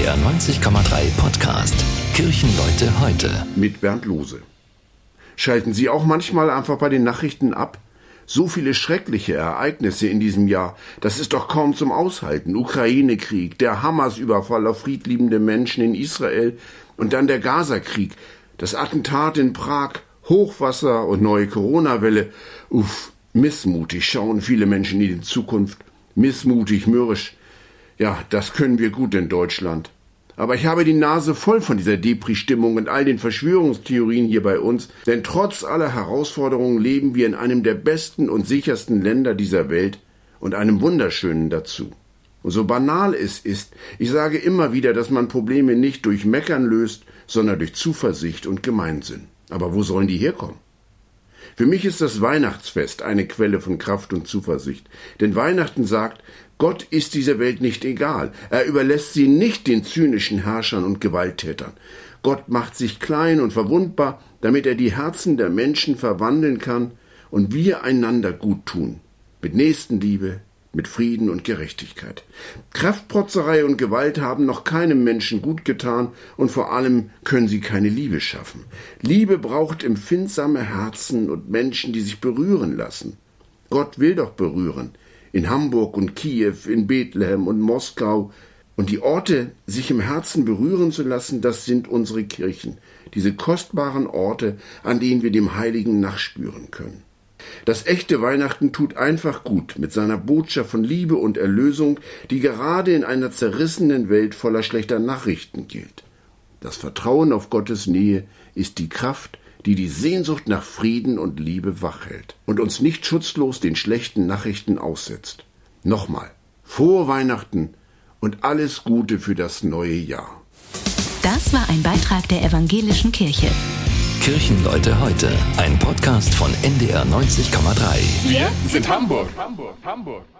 NDR 90,3 Podcast Kirchenleute heute mit Bernd Lose. Schalten Sie auch manchmal einfach bei den Nachrichten ab? So viele schreckliche Ereignisse in diesem Jahr, das ist doch kaum zum Aushalten. Ukraine-Krieg, der Hamas-Überfall auf friedliebende Menschen in Israel und dann der Gaza-Krieg, das Attentat in Prag, Hochwasser und neue Corona-Welle. Missmutig schauen viele Menschen in die Zukunft. Missmutig, mürrisch. Ja, das können wir gut in Deutschland. Aber ich habe die Nase voll von dieser Depri-Stimmung und all den Verschwörungstheorien hier bei uns, denn trotz aller Herausforderungen leben wir in einem der besten und sichersten Länder dieser Welt und einem wunderschönen dazu. Und so banal es ist, ich sage immer wieder, dass man Probleme nicht durch Meckern löst, sondern durch Zuversicht und Gemeinsinn. Aber wo sollen die herkommen? Für mich ist das Weihnachtsfest eine Quelle von Kraft und Zuversicht. Denn Weihnachten sagt, Gott ist dieser Welt nicht egal. Er überlässt sie nicht den zynischen Herrschern und Gewalttätern. Gott macht sich klein und verwundbar, damit er die Herzen der Menschen verwandeln kann und wir einander gut tun. Mit Nächstenliebe, mit Frieden und Gerechtigkeit. Kraftprotzerei und Gewalt haben noch keinem Menschen gut getan und vor allem können sie keine Liebe schaffen. Liebe braucht empfindsame Herzen und Menschen, die sich berühren lassen. Gott will doch berühren. In Hamburg und Kiew, in Bethlehem und Moskau. Und die Orte, sich im Herzen berühren zu lassen, das sind unsere Kirchen. Diese kostbaren Orte, an denen wir dem Heiligen nachspüren können. Das echte Weihnachten tut einfach gut mit seiner Botschaft von Liebe und Erlösung, die gerade in einer zerrissenen Welt voller schlechter Nachrichten gilt. Das Vertrauen auf Gottes Nähe ist die Kraft, die die Sehnsucht nach Frieden und Liebe wachhält und uns nicht schutzlos den schlechten Nachrichten aussetzt. Nochmal, frohe Weihnachten und alles Gute für das neue Jahr. Das war ein Beitrag der Evangelischen Kirche. Kirchenleute heute, ein Podcast von NDR 90,3. Wir sind Hamburg.